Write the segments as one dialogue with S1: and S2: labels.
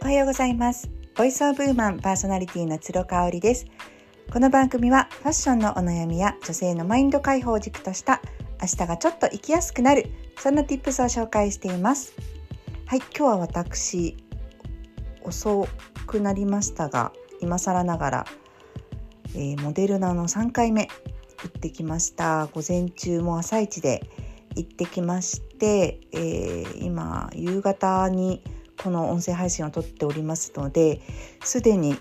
S1: おはようございます。ボイスオブウーマンパーソナリティの鶴香織です。この番組はファッションのお悩みや女性のマインド解放を軸とした明日がちょっと生きやすくなる、そんな Tips を紹介しています。はい、今日は私遅くなりましたが、今更ながら、モデルナの3回目打ってきました。午前中も朝一で行ってきまして、今夕方にこの音声配信を撮っておりますので、すでに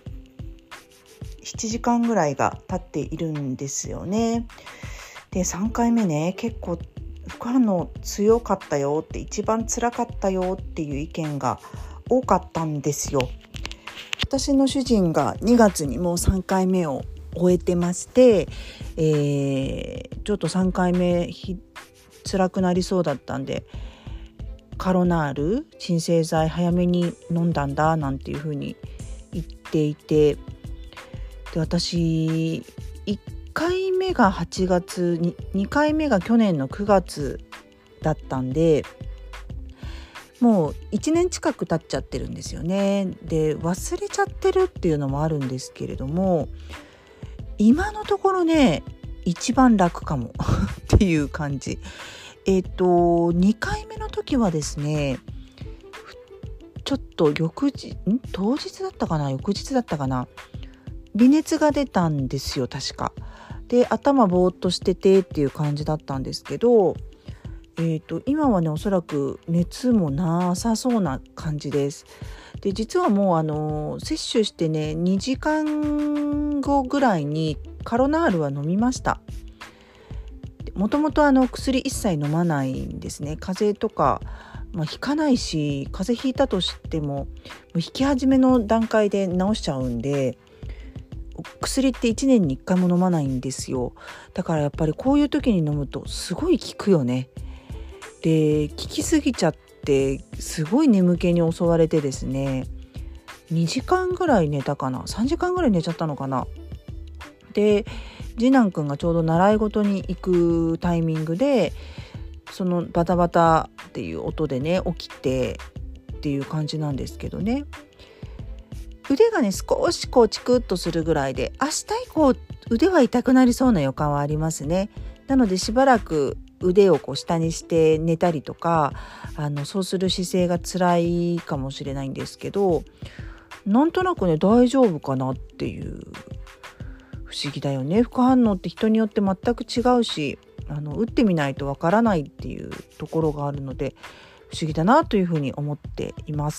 S1: 7時間ぐらいが経っているんですよね。で3回目ね、結構副反応強かったよって、一番辛かったよっていう意見が多かったんですよ。私の主人が2月にもう3回目を終えてまして、ちょっと3回目辛くなりそうだったんで、カロナール鎮静剤早めに飲んだんだなんていう風に言っていて、で私1回目が8月に2回目が去年の9月だったんで、もう1年近く経っちゃってるんですよね。で忘れちゃってるっていうのもあるんですけれども、今のところね一番楽かもっていう感じ。2回目の時はですね、ちょっと当日だったかな翌日だったかな、微熱が出たんですよ確か。で頭ぼーっとしててっていう感じだったんですけど、今はねおそらく熱もなさそうな感じです。で実はもう接種してね2時間後ぐらいにカロナールは飲みました。もともと薬一切飲まないんですね。風邪とか、ひかないし、風邪ひいたとしてもひき始めの段階で治しちゃうんで、薬って1年に1回も飲まないんですよ。だからやっぱりこういう時に飲むとすごい効くよね。で効きすぎちゃってすごい眠気に襲われてですね、2時間ぐらい寝たかな、3時間ぐらい寝ちゃったのかな。で次男くんがちょうど習い事に行くタイミングで、そのバタバタっていう音でね起きてっていう感じなんですけどね、腕がね少しこうチクッとするぐらいで、明日以降腕は痛くなりそうな予感はありますね。なのでしばらく腕をこう下にして寝たりとか、そうする姿勢が辛いかもしれないんですけど、なんとなくね大丈夫かなっていう、不思議だよね。副反応って人によって全く違うし、打ってみないとわからないっていうところがあるので、不思議だなというふうに思っています。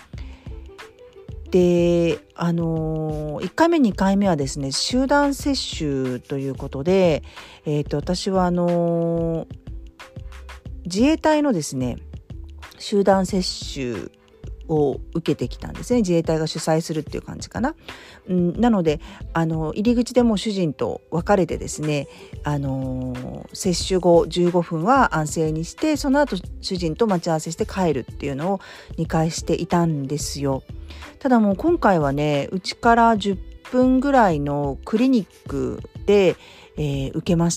S1: で1回目2回目はですね集団接種ということで、私は自衛隊のですね集団接種を受けてきたんですね。自衛隊が主催するっていう感じかな。なので入り口でもう主人と別れてですね、接種後15分は安静にして、その後主人と待ち合わせして帰るっていうのを2回していたんですよ。ただもう今回はね、うちから10分ぐらいのクリニックで、受けました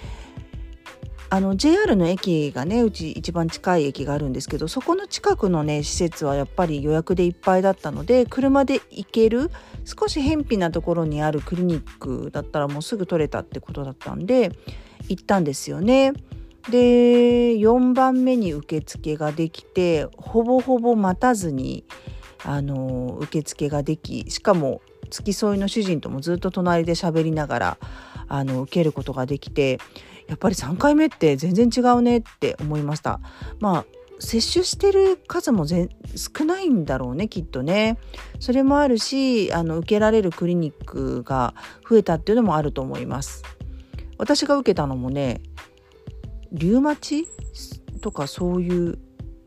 S1: 。JR の駅がね、うち一番近い駅があるんですけど、そこの近くのね施設はやっぱり予約でいっぱいだったので、車で行ける少し偏僻なところにあるクリニックだったらもうすぐ取れたってことだったんで行ったんですよね。で4番目に受付ができて、ほぼほぼ待たずに受付ができ、しかも付き添いの主人ともずっと隣で喋りながら受けることができて、やっぱり3回目って全然違うねって思いました。接種してる数も少ないんだろうねきっとね。それもあるし、受けられるクリニックが増えたっていうのもあると思います。私が受けたのもね、リウマチとかそういう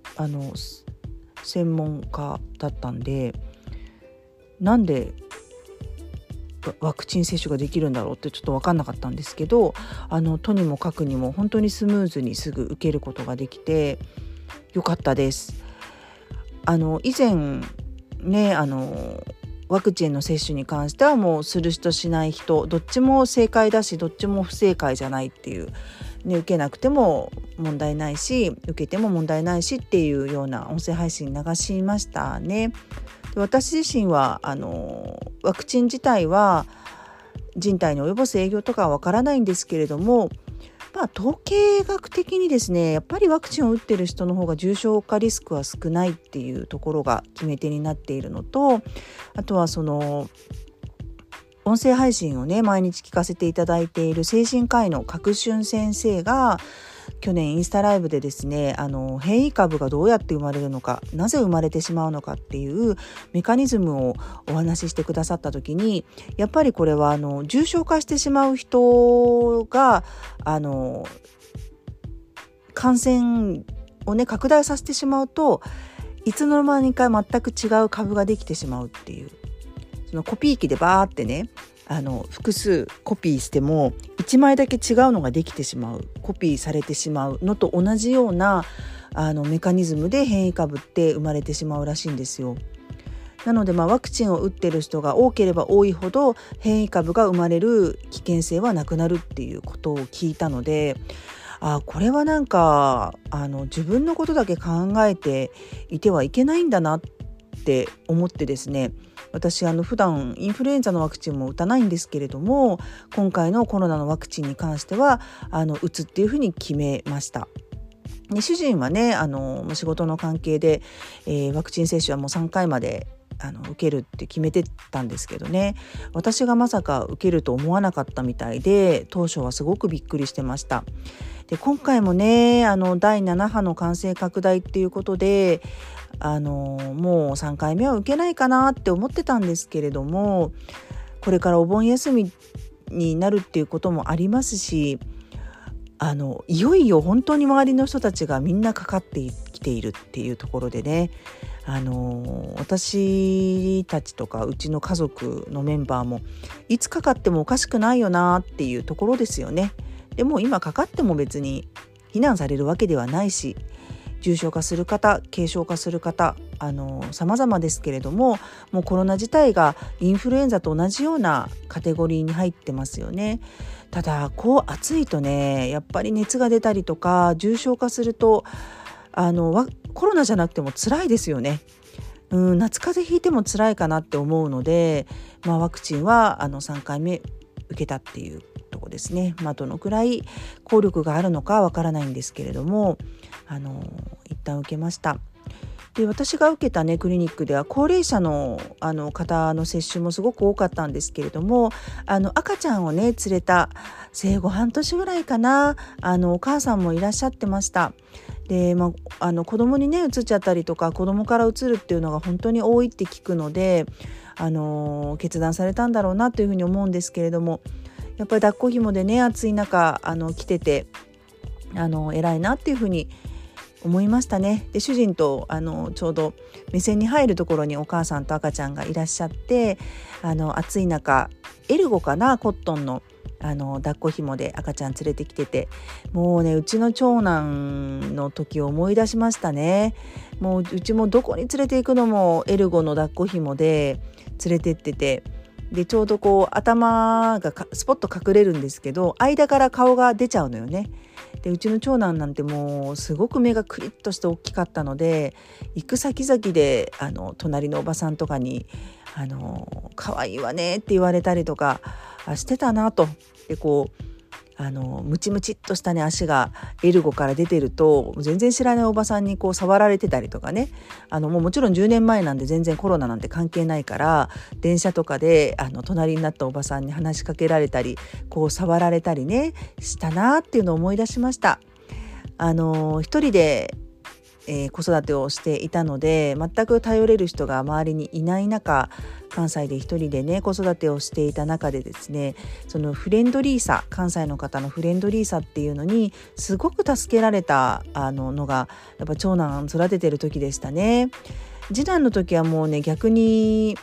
S1: 専門家だったんで、なんでワクチン接種ができるんだろうってちょっと分かんなかったんですけど、とにもかくにも本当にスムーズにすぐ受けることができてよかったです。以前ねワクチンの接種に関してはもうする人しない人どっちも正解だし、どっちも不正解じゃないっていう、受けなくても問題ないし受けても問題ないしっていうような音声配信流しましたね。 で私自身はワクチン自体は人体に及ぼす影響とかはわからないんですけれども、統計学的にですね、やっぱりワクチンを打っている人の方が重症化リスクは少ないっていうところが決め手になっているのと、あとはその音声配信をね毎日聞かせていただいている精神科医の角俊先生が去年インスタライブでですね、変異株がどうやって生まれるのか、なぜ生まれてしまうのかっていうメカニズムをお話ししてくださった時に、やっぱりこれは重症化してしまう人が感染をね拡大させてしまうと、いつの間にか全く違う株ができてしまうっていう、そのコピー機でバーってね複数コピーしても1枚だけ違うのができてしまう、コピーされてしまうのと同じようなメカニズムで変異株って生まれてしまうらしいんですよ。なのでワクチンを打ってる人が多ければ多いほど変異株が生まれる危険性はなくなるっていうことを聞いたので、これはなんか自分のことだけ考えていてはいけないんだなって思ってですね、私普段インフルエンザのワクチンも打たないんですけれども、今回のコロナのワクチンに関しては打つっていうふうに決めました。で主人はね仕事の関係で、ワクチン接種はもう3回まで受けるって決めてたんですけどね、私がまさか受けると思わなかったみたいで、当初はすごくびっくりしてました。で今回もね第7波の感染拡大っていうことでもう3回目は受けないかなって思ってたんですけれども、これからお盆休みになるっていうこともありますし、いよいよ本当に周りの人たちがみんなかかってきているっていうところでね、私たちとかうちの家族のメンバーもいつかかってもおかしくないよなっていうところですよね。でも今かかっても別に非難されるわけではないし、重症化する方、軽症化する方様々ですけれども、もうコロナ自体がインフルエンザと同じようなカテゴリーに入ってますよね。ただ暑いとねやっぱり熱が出たりとか重症化するとコロナじゃなくても辛いですよね。夏風邪ひいても辛いかなって思うので、ワクチンは3回目受けたっていうとこですね。どのくらい効力があるのかわからないんですけれども一旦受けました。で私が受けたねクリニックでは高齢者の方の接種もすごく多かったんですけれども、赤ちゃんをね連れた生後半年ぐらいかなお母さんもいらっしゃってました。で、子供にねうつっちゃったりとか子供からうつるっていうのが本当に多いって聞くので決断されたんだろうなというふうに思うんですけれども、やっぱり抱っこ紐でね暑い中来てて偉いなっていうふうに思いましたね。で主人とちょうど目線に入るところにお母さんと赤ちゃんがいらっしゃって、暑い中エルゴかなコットンの抱っこ紐で赤ちゃん連れてきてて、もうねうちの長男の時を思い出しましたね。もううちもどこに連れて行くのもエルゴの抱っこ紐で連れてってて、でちょうど頭がスポッと隠れるんですけど間から顔が出ちゃうのよね。でうちの長男なんてもうすごく目がクリッとして大きかったので、行く先々で隣のおばさんとかに可愛いわねって言われたりとかしてたなと。でムチムチっとしたね足がエルゴから出てると全然知らないおばさんに触られてたりとかね、もちろん10年前なんで全然コロナなんて関係ないから電車とかで隣になったおばさんに話しかけられたり触られたりねしたなっていうのを思い出しました。一人で子育てをしていたので全く頼れる人が周りにいない中、関西で一人でね子育てをしていた中でですね、そのフレンドリーさ、関西の方のフレンドリーさっていうのにすごく助けられたのがやっぱ長男育ててる時でしたね。次男の時はもうね逆に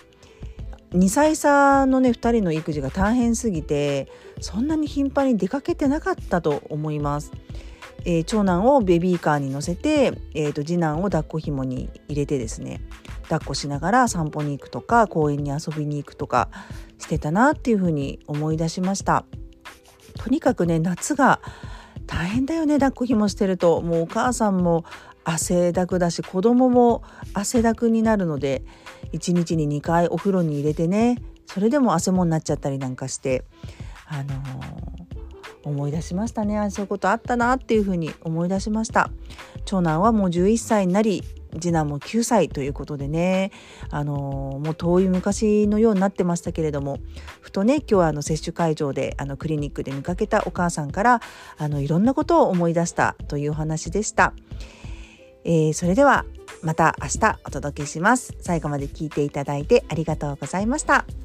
S1: 2歳差のね2人の育児が大変すぎてそんなに頻繁に出かけてなかったと思います。長男をベビーカーに乗せて、次男を抱っこ紐に入れてですね抱っこしながら散歩に行くとか公園に遊びに行くとかしてたなっていうふうに思い出しました。とにかくね夏が大変だよね。抱っこ紐してるともうお母さんも汗だくだし、子供も汗だくになるので1日に2回お風呂に入れてね、それでも汗もになっちゃったりなんかして、思い出しましたね。そういうことあったなっていうふうに思い出しました。長男はもう11歳になり、次男も9歳ということでね、もう遠い昔のようになってましたけれども、ふとね、今日は接種会場でクリニックで見かけたお母さんからいろんなことを思い出したというお話でした。それではまた明日お届けします。最後まで聞いていただいてありがとうございました。